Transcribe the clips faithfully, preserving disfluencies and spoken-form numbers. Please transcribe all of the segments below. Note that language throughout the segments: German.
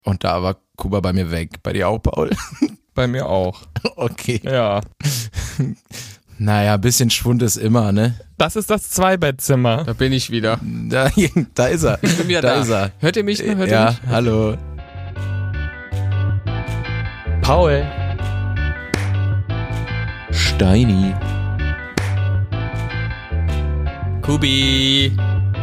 Und da war Kuba bei mir weg. Bei dir auch, Paul? Bei mir auch. Okay. Ja. Naja, ein bisschen Schwund ist immer, ne? Das ist das Zwei-Bettzimmer. Da bin ich wieder. Da, da ist er. Ich bin wieder da. da. Ist er. Hört ihr mich? Hört ja, ihr mich? hallo. Paul. Steini. Kubi.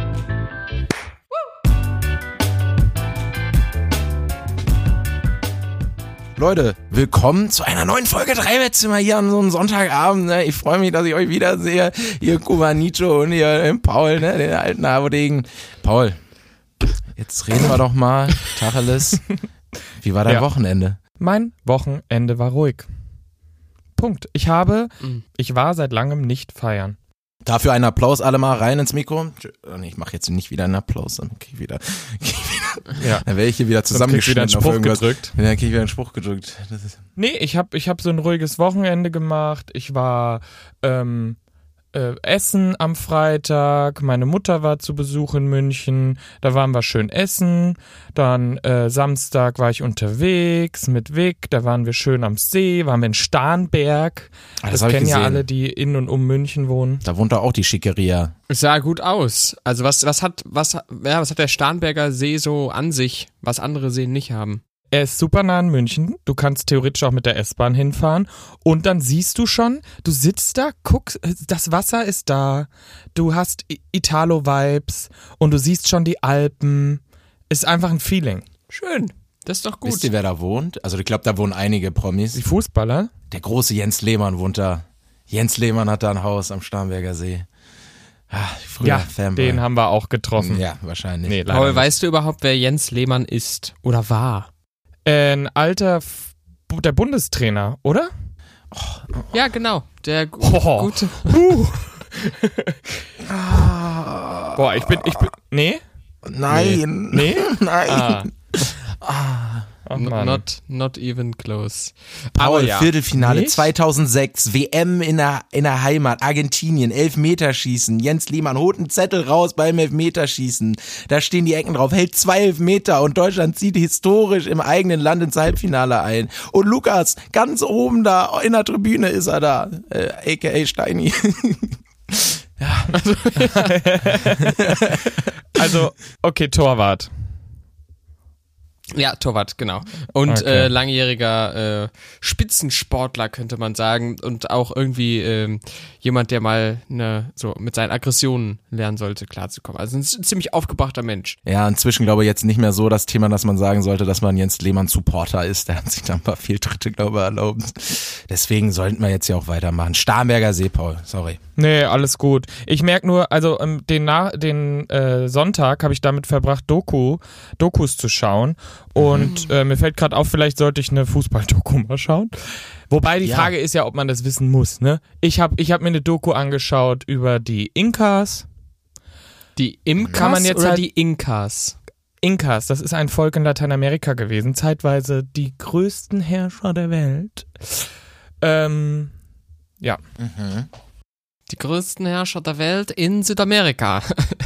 Leute, willkommen zu einer neuen Folge Drei-Bettzimmer hier an so einem Sonntagabend. Ne? Ich freue mich, dass ich euch wiedersehe. Hier Kubanicho und hier den Paul, ne? Den alten Apotheken. Paul, jetzt reden wir doch mal, Tacheles. Wie war dein Ja. Wochenende? Mein Wochenende war ruhig. Punkt. Ich habe, Mhm. ich war seit langem nicht feiern. Dafür einen Applaus alle mal rein ins Mikro. Ich mache jetzt nicht wieder einen Applaus, dann krieg ich wieder, krieg ich wieder Ja. dann werde ich hier wieder Sonst krieg ich wieder einen zusammengeschnitten auf Spruch irgendwas. gedrückt. Ja, dann krieg ich wieder einen Spruch gedrückt. Das ist Nee, ich habe ich hab so ein ruhiges Wochenende gemacht. Ich war ähm, äh, essen am Freitag. Meine Mutter war zu Besuch in München. Da waren wir schön essen. Dann äh, Samstag war ich unterwegs mit Vic. Da waren wir schön am See. Waren wir in Starnberg. Ah, das Das hab ich kennen ja gesehen. alle, die in und um München wohnen. Da wohnt doch auch die Schickeria. Es sah gut aus. Also was, was hat, was, ja, was hat der Starnberger See so an sich, was andere Seen nicht haben? Er ist super nah in München. Du kannst theoretisch auch mit der S-Bahn hinfahren. Und dann siehst du schon, du sitzt da, guckst, das Wasser ist da. Du hast I- Italo-Vibes und du siehst schon die Alpen. Ist einfach ein Feeling. Schön. Das ist doch gut. Wisst ihr, wer da wohnt? Also ich glaube, da wohnen einige Promis. Die Fußballer? Der große Jens Lehmann wohnt da. Jens Lehmann hat da ein Haus am Starnberger See. Ah, früher Ja, Fanboy. den haben wir auch getroffen. Ja, wahrscheinlich. Nee, leider Paul, nicht. weißt du überhaupt, wer Jens Lehmann ist oder war? Ein alter, F- der Bundestrainer, oder? Ja, genau. Der gu Oh. gute. Huh. Boah, ich bin, ich bin, nee? Nein. Nee? Nein. Ah. Ach, Mann. Not, not even close. Paul, Aber ja. Viertelfinale Nicht? zweitausendsechs, W M in der, in der Heimat, Argentinien, Elfmeterschießen. Jens Lehmann holt einen Zettel raus beim Elfmeterschießen. Da stehen die Ecken drauf, hält zwei Elfmeter und Deutschland zieht historisch im eigenen Land ins Halbfinale ein. Und Lukas, ganz oben da, in der Tribüne ist er da, äh, aka Steini. Also, okay, Torwart. Ja, Torwart, genau. Und Okay. äh, langjähriger äh, Spitzensportler, könnte man sagen. Und auch irgendwie ähm, jemand, der mal ne, so mit seinen Aggressionen lernen sollte, klarzukommen. Also ein ziemlich aufgebrachter Mensch. Ja, inzwischen glaube ich jetzt nicht mehr so das Thema, dass man sagen sollte, dass man Jens Lehmann Supporter ist. Der hat sich da ein paar Fehltritte, glaube ich, erlaubt. Deswegen sollten wir jetzt ja auch weitermachen. Starnberger See, Paul, sorry. Nee, alles gut. Ich merke nur, also ähm, den, Na- den äh, Sonntag habe ich damit verbracht, Doku, Dokus zu schauen. Und äh, mir fällt gerade auf, vielleicht sollte ich eine Fußball-Doku mal schauen. Wobei die Ja. Frage ist ja, ob man das wissen muss. Ne? Ich habe ich hab mir eine Doku angeschaut über die Inkas. Die Imkas Kann man jetzt oder halt- die Inkas? Inkas, das ist ein Volk in Lateinamerika gewesen, zeitweise die größten Herrscher der Welt. Ähm, ja. Die größten Herrscher der Welt in Südamerika.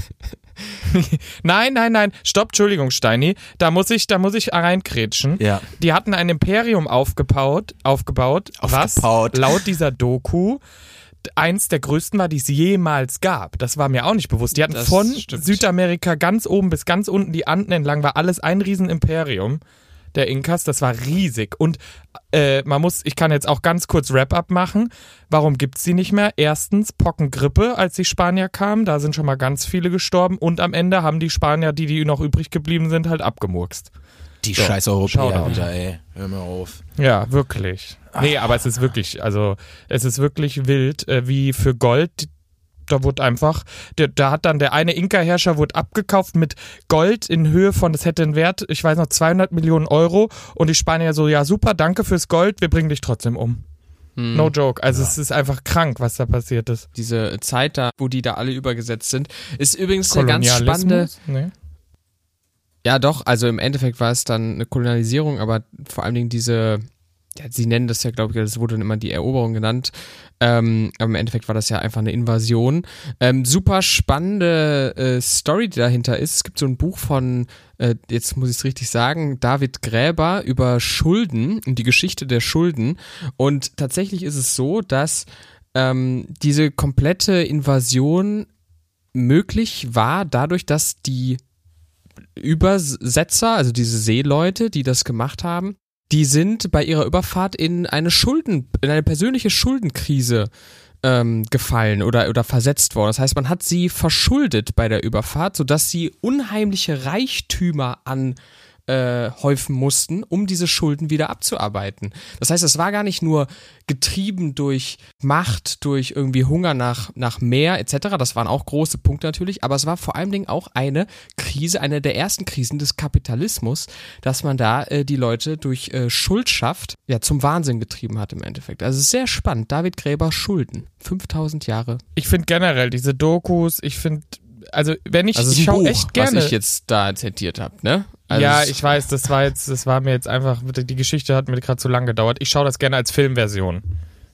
Nein, nein, nein, stopp, Entschuldigung, Steini, da muss ich, da muss ich reinkrätschen. Ja. Die hatten ein Imperium aufgebaut, aufgebaut, Aufgebaut. was laut dieser Doku eins der größten war, die es jemals gab. Das war mir auch nicht bewusst. Die hatten Das von stimmt. Südamerika ganz oben bis ganz unten die Anden entlang, war alles ein Riesenimperium der Inkas. Das war riesig. Und äh, man muss, ich kann jetzt auch ganz kurz Wrap-up machen. Warum gibt's sie nicht mehr? Erstens Pockengrippe, als die Spanier kamen. Da sind schon mal ganz viele gestorben. Und am Ende haben die Spanier, die, die noch übrig geblieben sind, halt abgemurkst. Die So, scheiß Europäer Shoutout. wieder, ey. Hör mir auf. Ja, wirklich. Nee, aber es ist wirklich, also es ist wirklich wild, äh, wie für Gold. Da wurde einfach, der, da hat dann der eine Inka-Herrscher wurde abgekauft mit Gold in Höhe von, das hätte einen Wert, ich weiß noch, zweihundert Millionen Euro. Und die Spanier so, ja super, danke fürs Gold, wir bringen dich trotzdem um. Hm. No joke. Also es ist einfach krank, was da passiert ist. Diese Zeit da, wo die da alle übergesetzt sind, ist übrigens eine ganz spannende... Kolonialismus? Nee. Ja, doch, also im Endeffekt war es dann eine Kolonialisierung, aber vor allen Dingen diese ja, sie nennen das ja, glaube ich, das wurde dann immer die Eroberung genannt, ähm, aber im Endeffekt war das ja einfach eine Invasion. Ähm, super spannende äh, Story, die dahinter ist. Es gibt so ein Buch von, äh, jetzt muss ich es richtig sagen, David Gräber über Schulden und die Geschichte der Schulden. Und tatsächlich ist es so, dass ähm, diese komplette Invasion möglich war dadurch, dass die Übersetzer, also diese Seeleute, die das gemacht haben, die sind bei ihrer Überfahrt in eine Schulden, in eine persönliche Schuldenkrise ähm, gefallen oder, oder versetzt worden. Das heißt, man hat sie verschuldet bei der Überfahrt, sodass sie unheimliche Reichtümer an Äh, häufen mussten, um diese Schulden wieder abzuarbeiten. Das heißt, es war gar nicht nur getrieben durch Macht, durch irgendwie Hunger nach, nach mehr et cetera. Das waren auch große Punkte natürlich, aber es war vor allen Dingen auch eine Krise, eine der ersten Krisen des Kapitalismus, dass man da äh, die Leute durch äh, Schuldschaft ja zum Wahnsinn getrieben hat im Endeffekt. Also es ist sehr spannend. David Gräber, Schulden. fünftausend Jahre. Ich finde generell diese Dokus, ich finde, also wenn ich, also ich schaue echt gerne. Was ich jetzt da zitiert habe, ne? Also ja, ich weiß, das war jetzt, das war mir jetzt einfach, die Geschichte hat mir gerade zu lang gedauert. Ich schaue das gerne als Filmversion.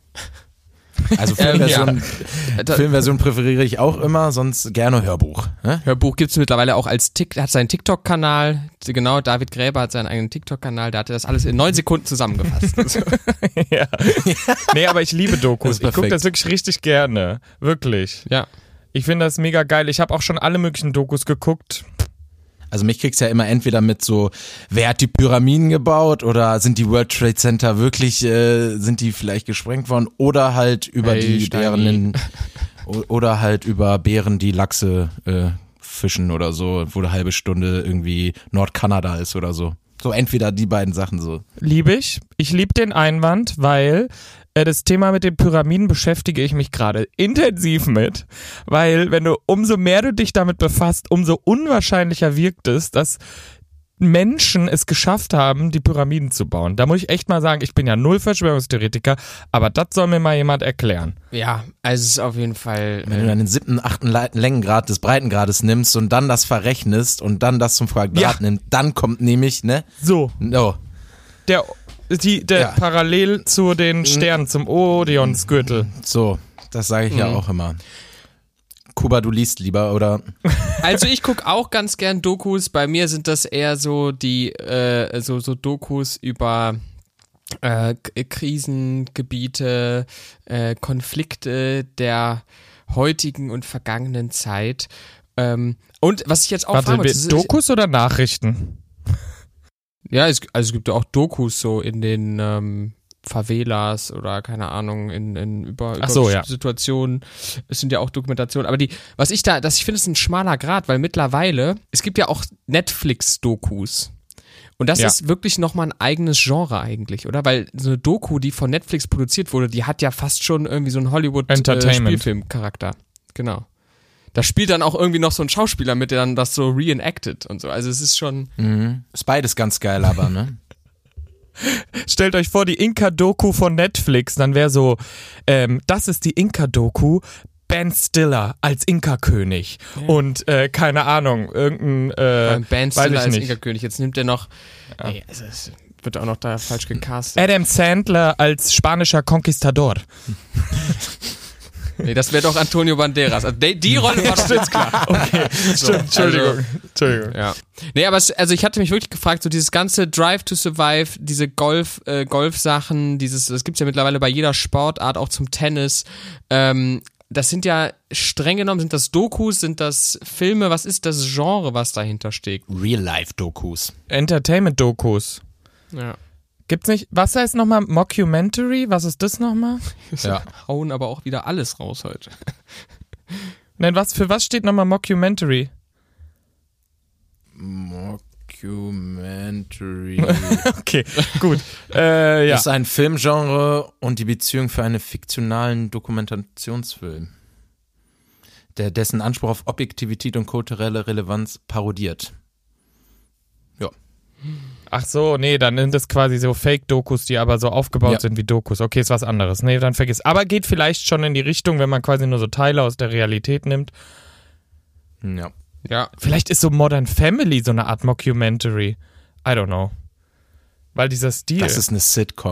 Also Filmversion, ja. Filmversion präferiere ich auch immer, sonst gerne Hörbuch. Ne? Hörbuch gibt es mittlerweile auch als Tik, hat seinen TikTok-Kanal, genau, David Gräber hat seinen eigenen TikTok-Kanal, da hat er das alles in neun Sekunden zusammengefasst. Also. Ja. Nee, aber ich liebe Dokus. Ich gucke das wirklich richtig gerne. Wirklich. Ja. Ich finde das mega geil. Ich habe auch schon alle möglichen Dokus geguckt. Also mich kriegst ja immer entweder mit so, wer hat die Pyramiden gebaut oder sind die World Trade Center wirklich, äh, sind die vielleicht gesprengt worden oder halt über hey, die Steini. Bären in, oder halt über Bären, die Lachse äh, fischen oder so, wo eine halbe Stunde irgendwie Nordkanada ist oder so. So entweder die beiden Sachen so. Liebe ich. Ich liebe den Einwand, weil äh, das Thema mit den Pyramiden beschäftige ich mich gerade intensiv mit. Weil wenn du, umso mehr du dich damit befasst, umso unwahrscheinlicher wirkt es, dass Menschen es geschafft haben, die Pyramiden zu bauen. Da muss ich echt mal sagen, ich bin ja null Verschwörungstheoretiker, aber das soll mir mal jemand erklären. Ja, also es ist auf jeden Fall... Wenn du dann den siebten, achten Längengrad des Breitengrades nimmst und dann das verrechnest und dann das zum Quadrat Ja. nimmst, dann kommt nämlich, ne? So. Oh. Der, die, der Ja. parallel zu den Sternen, zum Orionsgürtel. So, das sage ich ja Mhm. auch immer. Kuba, du liest lieber, oder? Also ich gucke auch ganz gern Dokus. Bei mir sind das eher so die äh, so so Dokus über äh, K- Krisengebiete, äh, Konflikte der heutigen und vergangenen Zeit. Ähm, und was ich jetzt auch Warte, fragen wollte, wir- ist- Dokus oder Nachrichten? ja, es, also es gibt ja auch Dokus so in den ähm, Favelas oder keine Ahnung, in, in über, über Ach so, ja. Situationen. Es sind ja auch Dokumentationen. Aber die, was ich da, das, ich finde, es ist ein schmaler Grad, weil mittlerweile, es gibt ja auch Netflix-Dokus. Und das Ja. ist wirklich nochmal ein eigenes Genre eigentlich, oder? Weil so eine Doku, die von Netflix produziert wurde, die hat ja fast schon irgendwie so einen Hollywood-Spielfilm-Charakter. Genau. Da spielt dann auch irgendwie noch so ein Schauspieler mit, der dann das so reenacted und so. Also es ist schon... Mhm. Ist beides ganz geil, aber, ne? Stellt euch vor, die Inka-Doku von Netflix, dann wäre so, ähm, das ist die Inka-Doku, Ben Stiller als Inka-König und äh, keine Ahnung, irgendein, äh, Ben weiß Stiller ich als nicht. Inka-König. Jetzt nimmt er noch... Ey, also es wird auch noch da falsch gecastet. Adam Sandler als spanischer Conquistador. Nee, das wäre doch Antonio Banderas. Also die, die Rolle war doch jetzt klar. Okay, stimmt, Entschuldigung. Also, Entschuldigung. ja. Nee, aber es, also ich hatte mich wirklich gefragt, so dieses ganze Drive to Survive, diese Golf, äh, Golf-Sachen, dieses, das gibt's ja mittlerweile bei jeder Sportart, auch zum Tennis. Ähm, das sind ja streng genommen, sind das Dokus, sind das Filme, was ist das Genre, was dahinter steckt? Real-Life-Dokus. Entertainment-Dokus. Ja. Gibt's nicht, was heißt nochmal Mockumentary? Was ist das nochmal? Ja. Hauen aber auch wieder alles raus heute. Nein, was, für was steht nochmal Mockumentary? Mockumentary. Okay, gut. Äh, ja. Ist ein Filmgenre und die Beziehung für einen fiktionalen Dokumentationsfilm, der dessen Anspruch auf Objektivität und kulturelle Relevanz parodiert. Ja. Ach so, nee, dann sind das quasi so Fake-Dokus, die aber so aufgebaut Ja. sind wie Dokus. Okay, ist was anderes. Nee, dann vergiss. Aber geht vielleicht schon in die Richtung, wenn man quasi nur so Teile aus der Realität nimmt. Ja. Ja. Vielleicht ist so Modern Family so eine Art Mockumentary. I don't know. Weil dieser Stil. Das ist eine Sitcom.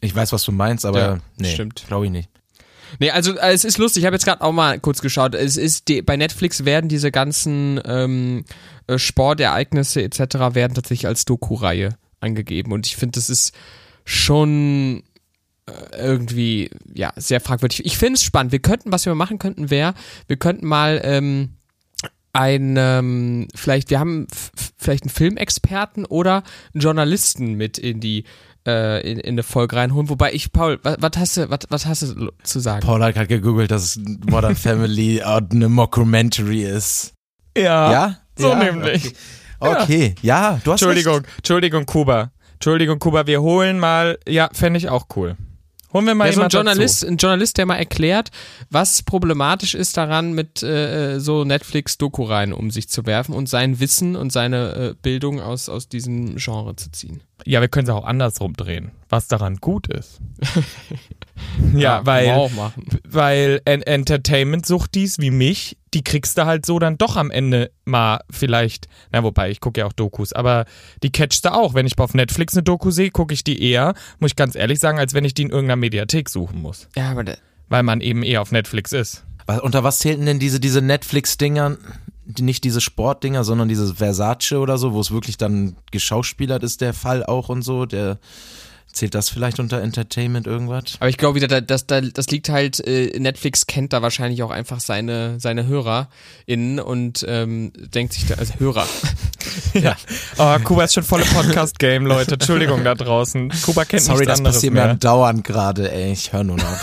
Ich weiß, was du meinst, aber Ja, nee, stimmt. glaube ich nicht. Nee, also äh, es ist lustig, ich habe jetzt gerade auch mal kurz geschaut. Es ist die, bei Netflix werden diese ganzen ähm, äh, Sportereignisse et cetera werden tatsächlich als Doku-Reihe angegeben. Und ich finde, das ist schon äh, irgendwie ja sehr fragwürdig. Ich finde es spannend. Wir könnten, was wir machen könnten, wäre, wir könnten mal ähm, ein, ähm, vielleicht, wir haben f- vielleicht einen Filmexperten oder einen Journalisten mit in die äh, in, in eine Folge reinholen. Wobei ich, Paul, was, was hast du, was, was hast du zu sagen? Paul hat gerade gegoogelt, dass Modern Family eine Mockumentary ist. Ja, Ja? so ja? nämlich. Okay, okay. ja, du hast Entschuldigung, recht. Entschuldigung, Kuba. Entschuldigung, Kuba, wir holen mal, ja, fände ich auch cool. Holen wir mal Ja, so ein jemand Journalist, dazu. ein Journalist, der mal erklärt, was problematisch ist daran, mit äh, so Netflix-Doku-Reihen um sich zu werfen und sein Wissen und seine äh, Bildung aus, aus diesem Genre zu ziehen. Ja, wir können es auch andersrum drehen, was daran gut ist. ja, kann weil, man auch machen. weil en Entertainment-Suchtis wie mich, die kriegst du halt so dann doch am Ende mal vielleicht, na wobei, ich gucke ja auch Dokus, aber die catchst du auch. Wenn ich auf Netflix eine Doku sehe, gucke ich die eher, muss ich ganz ehrlich sagen, als wenn ich die in irgendeiner Mediathek suchen muss. Ja, aber der, Weil man eben eher auf Netflix ist. Was, unter was zählten denn diese, diese Netflix-Dinger? Die, nicht diese Sportdinger, sondern dieses Versace oder so, wo es wirklich dann geschauspielert ist, der Fall auch und so. Der zählt das vielleicht unter Entertainment irgendwas? aber ich glaube wieder, das, das, das liegt halt, äh, Netflix kennt da wahrscheinlich auch einfach seine, seine HörerInnen und ähm, denkt sich da, also Hörer. Ja. Oh, Kuba ist schon voll im Podcast-Game, Leute. Entschuldigung da draußen. Kuba kennt Sorry, nichts das anderes passiert mehr. mir andauernd gerade, ey. Ich höre nur noch.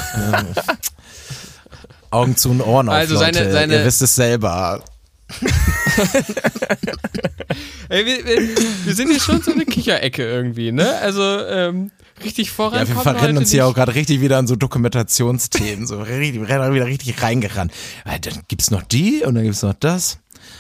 Augen zu und Ohren auf, Also seine- Leute. seine- Ihr wisst es selber. Ey, wir, wir, wir sind hier schon so eine Kicherecke irgendwie, ne? Also ähm, richtig voran. Ja, wir kommen verrennen heute uns hier nicht. auch gerade richtig wieder an so Dokumentationsthemen. So richtig, wir rennen wieder richtig reingerannt. Weil Dann gibt's noch die und dann gibt's noch das.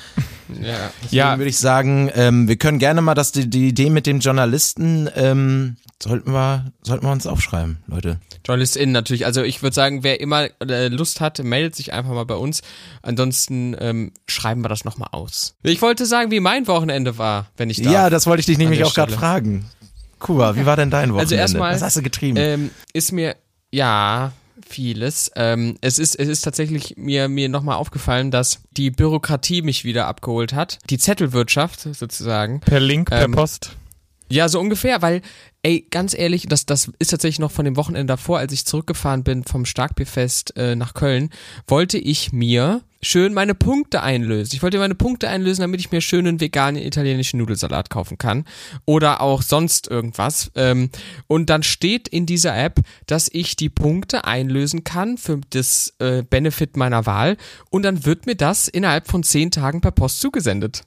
Ja. Deswegen Ja, würde ich sagen, ähm, wir können gerne mal das, die, die Idee mit dem Journalisten, ähm, sollten wir, sollten wir uns aufschreiben, Leute. JournalistInnen natürlich. Also ich würde sagen, wer immer äh, Lust hat, meldet sich einfach mal bei uns. Ansonsten ähm, schreiben wir das nochmal aus. Ich wollte sagen, wie mein Wochenende war, wenn ich darf. Ja, das wollte ich dich nämlich der auch gerade Stelle. fragen. Kuba, wie war denn dein Wochenende? Also erstmal, Was hast du getrieben? Ähm, ist mir, ja, vieles. Ähm, es ist, es ist tatsächlich mir, mir nochmal aufgefallen, dass die Bürokratie mich wieder abgeholt hat. Die Zettelwirtschaft sozusagen. per Link, per Ähm, Post. Ja, so ungefähr, weil, ey, ganz ehrlich, das, das ist tatsächlich noch von dem Wochenende davor, als ich zurückgefahren bin vom Starkbierfest äh, nach Köln, wollte ich mir schön meine Punkte einlösen. Ich wollte meine Punkte einlösen, damit ich mir schönen veganen italienischen Nudelsalat kaufen kann oder auch sonst irgendwas. Ähm, und dann steht in dieser App, dass ich die Punkte einlösen kann für das äh, Benefit meiner Wahl und dann wird mir das innerhalb von zehn Tagen per Post zugesendet.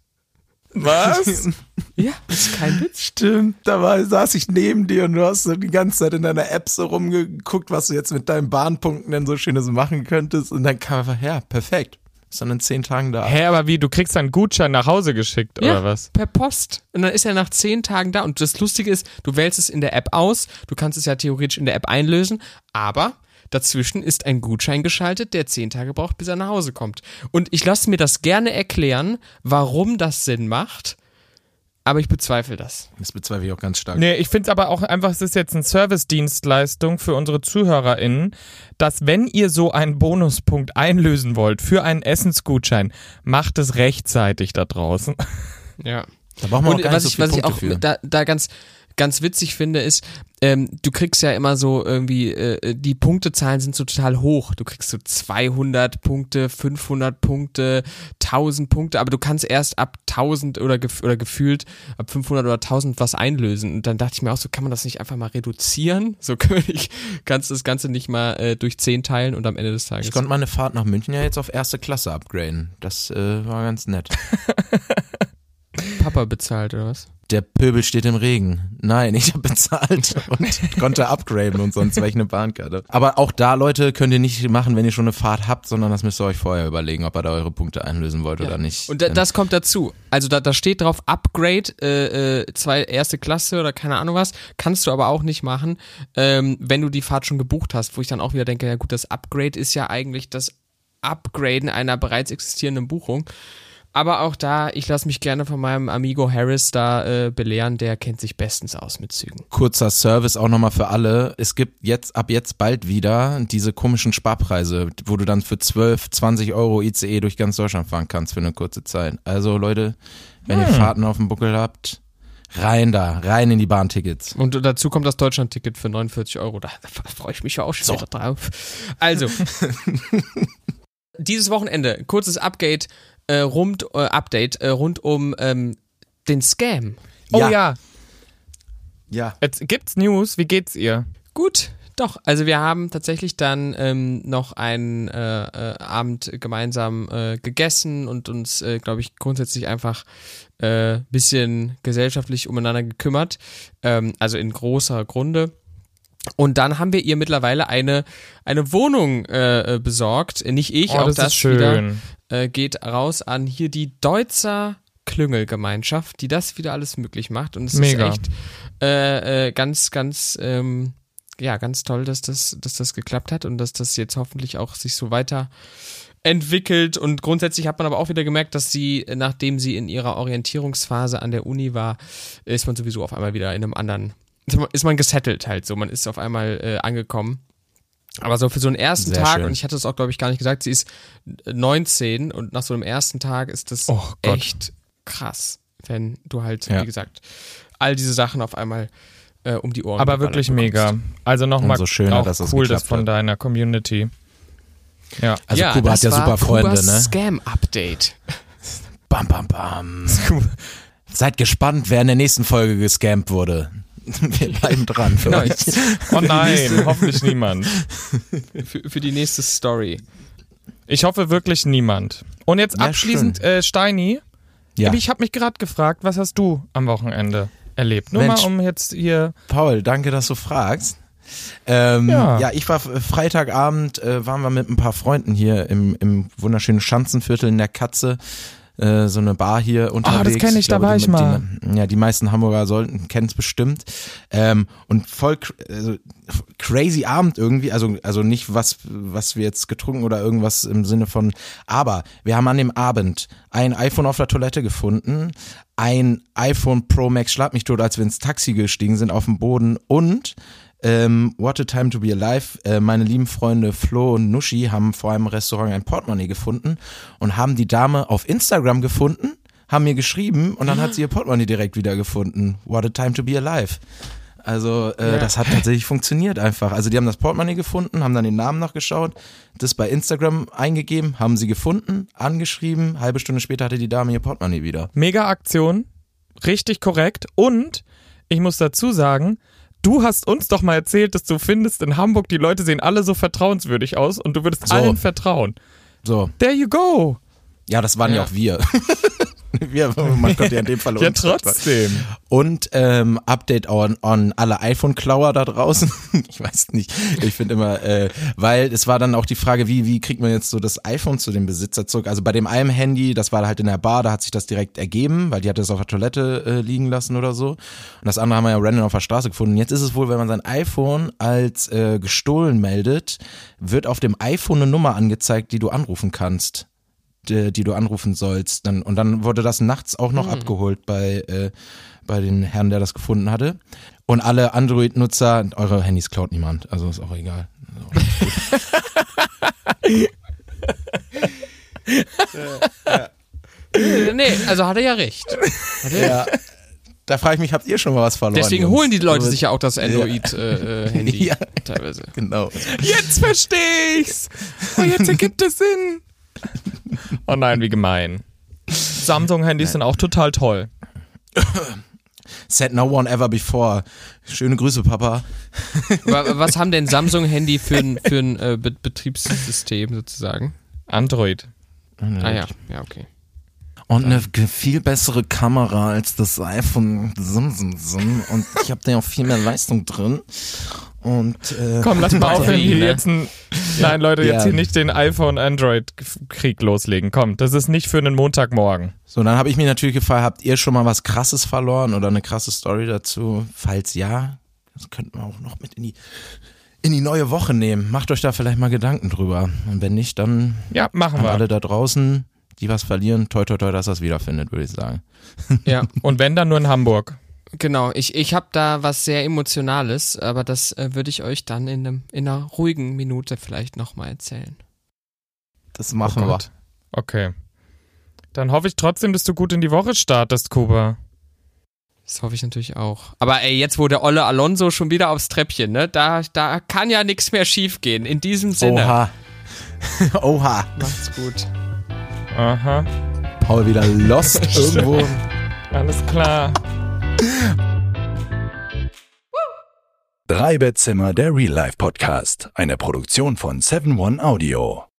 Was? Ja, das ist kein Witz. Stimmt, da war, saß ich neben dir und du hast so die ganze Zeit in deiner App so rumgeguckt, was du jetzt mit deinen Bahnpunkten denn so Schönes machen könntest und dann kam einfach, ja, perfekt. Ist dann in zehn Tagen da. Hä, aber wie, du kriegst einen Gutschein nach Hause geschickt, Ja, oder was? per Post. Und dann ist er nach zehn Tagen da. Und das Lustige ist, du wählst es in der App aus. Du kannst es ja theoretisch in der App einlösen. Aber dazwischen ist ein Gutschein geschaltet, der zehn Tage braucht, bis er nach Hause kommt. Und ich lasse mir das gerne erklären, warum das Sinn macht. Aber ich bezweifle das. Das bezweifle ich auch ganz stark. Nee, ich finde es aber auch einfach, es ist jetzt eine Service-Dienstleistung für unsere ZuhörerInnen, dass wenn ihr so einen Bonuspunkt einlösen wollt für einen Essensgutschein, macht es rechtzeitig da draußen. Ja. Da braucht man Und auch gar was nicht ich, so was viele ich Punkte auch für. da, da ganz, ganz witzig finde, ist, ähm, du kriegst ja immer so irgendwie, äh, die Punktezahlen sind so total hoch. Du kriegst so zweihundert Punkte, fünfhundert Punkte, tausend Punkte, aber du kannst erst ab tausend oder, gef- oder gefühlt ab fünfhundert oder tausend was einlösen. Und dann dachte ich mir auch so, kann man das nicht einfach mal reduzieren? So ich, kannst du das Ganze nicht mal äh, durch zehn teilen und am Ende des Tages. Ich konnte meine Fahrt nach München ja jetzt auf erste Klasse upgraden. Das äh, war ganz nett. Papa bezahlt, oder was? Der Pöbel steht im Regen. Nein, ich habe bezahlt und konnte upgraden und sonst wäre ich eine Bahnkarte. Aber auch da, Leute, könnt ihr nicht machen, wenn ihr schon eine Fahrt habt, sondern das müsst ihr euch vorher überlegen, ob ihr da eure Punkte einlösen wollt Ja. oder nicht. Und da, das kommt dazu. Also da, da steht drauf Upgrade, äh, äh, zwei erste Klasse oder keine Ahnung was. Kannst du aber auch nicht machen, ähm, wenn du die Fahrt schon gebucht hast, wo ich dann auch wieder denke, ja gut, das Upgrade ist ja eigentlich das Upgraden einer bereits existierenden Buchung. Aber auch da, ich lasse mich gerne von meinem Amigo Harris da äh, belehren, der kennt sich bestens aus mit Zügen. Kurzer Service auch nochmal für alle. Es gibt jetzt ab jetzt bald wieder diese komischen Sparpreise, wo du dann für zwölf, zwanzig Euro I C E durch ganz Deutschland fahren kannst für eine kurze Zeit. Also Leute, wenn hm. ihr Fahrten auf dem Buckel habt, rein da, rein in die Bahntickets. Und dazu kommt das Deutschland-Ticket für neunundvierzig Euro. Da, da freue ich mich ja auch schon so. wieder drauf. Also, dieses Wochenende, kurzes Update, äh, rund, äh, Update äh, rund um ähm, den Scam. Oh ja. ja. Ja. Jetzt gibt's News, wie geht's ihr? Gut, doch. Also wir haben tatsächlich dann ähm, noch einen äh, äh, Abend gemeinsam äh, gegessen und uns, äh, glaube ich, grundsätzlich einfach ein äh, bisschen gesellschaftlich umeinander gekümmert. Ähm, also in großer Runde. Und dann haben wir ihr mittlerweile eine, eine Wohnung äh, besorgt. Nicht ich, oh, auch das, das ist schön. wieder äh, geht raus an hier die Deutzer Klüngelgemeinschaft, die das wieder alles möglich macht. Und es Mega. ist echt äh, äh, ganz, ganz, ähm, ja, ganz toll, dass das, dass das geklappt hat und dass das jetzt hoffentlich auch sich so weiter entwickelt. Und grundsätzlich hat man aber auch wieder gemerkt, dass sie, nachdem sie in ihrer Orientierungsphase an der Uni war, ist man sowieso auf einmal wieder in einem anderen, ist man gesettelt halt so, man ist auf einmal äh, angekommen. Aber so für so einen ersten Sehr Tag, schön. und ich hatte es auch, glaube ich, gar nicht gesagt, sie ist neunzehn und nach so einem ersten Tag ist das Oh Gott. echt krass, wenn du halt, Ja. wie gesagt, all diese Sachen auf einmal äh, um die Ohren Aber geballert wirklich bekommst. mega. Also nochmal Umso schöner, auch dass das cool, geklappt das von hat. deiner Community. Ja. Also ja, Kuba das hat ja war super Freunde, Kubas ne? Scam-Update. Bam, bam, bam. Seid gespannt, wer in der nächsten Folge gescampt wurde. Wir bleiben dran für Genau. euch. Oh nein, hoffentlich niemand. Für, für die nächste Story. Ich hoffe wirklich niemand. Und jetzt Ja, abschließend, äh, Steini, Ja. ich habe mich gerade gefragt, was hast du am Wochenende erlebt? Nur Mensch. mal um jetzt hier... Paul, danke, dass du fragst. Ähm, Ja. ja. ich war Freitagabend, äh, waren wir mit ein paar Freunden hier im, im wunderschönen Schanzenviertel in der Katze. Äh, so eine Bar hier unterwegs. kenn ich, da glaube, war die, ich mal. Die, ja, die meisten Hamburger sollten, kennen es bestimmt. Ähm, und voll cr- also, crazy Abend irgendwie, also, also nicht was, was wir jetzt getrunken oder irgendwas im Sinne von, aber wir haben an dem Abend ein iPhone auf der Toilette gefunden, ein iPhone Pro Max, schlag mich tot, als wir ins Taxi gestiegen sind, auf dem Boden und Ähm, What a Time to be Alive. Äh, meine lieben Freunde Flo und Nuschi haben vor einem Restaurant ein Portemonnaie gefunden und haben die Dame auf Instagram gefunden, haben mir geschrieben und dann hat sie ihr Portemonnaie direkt wieder gefunden. What a Time to be Alive. Also äh, Ja. das hat tatsächlich funktioniert einfach. Also die haben das Portemonnaie gefunden, haben dann den Namen noch geschaut, das bei Instagram eingegeben, haben sie gefunden, angeschrieben, halbe Stunde später hatte die Dame ihr Portemonnaie wieder. Mega Aktion, richtig korrekt. Und ich muss dazu sagen, du hast uns doch mal erzählt, dass du findest, in Hamburg, die Leute sehen alle so vertrauenswürdig aus und du würdest So. allen vertrauen. So, There you go. ja, das waren ja, Ja. auch wir. wir. Man konnte ja in dem Fall Ja, uns trotzdem. Und ähm, Update on, on alle iPhone-Klauer da draußen. Ich weiß nicht. Ich finde immer, äh, weil es war dann auch die Frage, wie wie kriegt man jetzt so das iPhone zu dem Besitzer zurück? Also bei dem einen Handy, das war halt in der Bar, da hat sich das direkt ergeben, weil die hatte es auf der Toilette äh, liegen lassen oder so. Und das andere haben wir ja random auf der Straße gefunden. Jetzt ist es wohl, wenn man sein iPhone als äh, gestohlen meldet, wird auf dem iPhone eine Nummer angezeigt, die du anrufen kannst. Die, die du anrufen sollst. Dann, und dann wurde das nachts auch noch Mhm. abgeholt bei, äh, bei den Herrn, der das gefunden hatte. Und alle Android-Nutzer, eure Handys klaut niemand, also ist auch egal. Nee, also hat er ja recht. Hat er Ja, da frage ich mich, habt ihr schon mal was verloren? Deswegen Jungs? holen die Leute Also, sich ja auch das Android-Handy Ja. teilweise. Genau. Jetzt verstehe ich's. Oh, jetzt ergibt es Sinn. Oh nein, wie gemein. Samsung-Handys sind auch total toll. Said no one ever before. Schöne Grüße, Papa. Wa- Was haben denn Samsung-Handy für ein, für ein äh, Be- Betriebssystem sozusagen? Android. Ah ja, ja, okay. Und eine ge- viel bessere Kamera als das iPhone. Und ich habe da ja auch viel mehr Leistung drin. Und äh, Komm, lass mal aufhören, Batterie, hier ne? jetzt ein, Nein, Leute, jetzt Ja. hier nicht den iPhone-Android-Krieg loslegen. Komm, das ist nicht für einen Montagmorgen. So, dann habe ich mich natürlich gefragt, habt ihr schon mal was Krasses verloren oder eine krasse Story dazu? Falls ja, das könnten wir auch noch mit in die, in die neue Woche nehmen. Macht euch da vielleicht mal Gedanken drüber. Und wenn nicht, dann Ja, machen an wir. alle da draußen, die was verlieren, toi toi toi, dass er es wiederfindet, würde ich sagen. Ja. Und wenn, dann nur in Hamburg. Genau, ich, ich habe da was sehr Emotionales, aber das äh, würde ich euch dann in, einem, in einer ruhigen Minute vielleicht nochmal erzählen. Das machen Oh wir. Gott. Okay. Dann hoffe ich trotzdem, dass du gut in die Woche startest, Kuba. Das hoffe ich natürlich auch. Aber ey, jetzt wo der Olle Alonso schon wieder aufs Treppchen, ne, da, da kann ja nichts mehr schief gehen. In diesem Sinne. Oha. Oha. Macht's gut. Aha. Paul wieder lost irgendwo. Alles klar. Drei Bettzimmer, der Real Life Podcast. Eine Produktion von seven one Audio.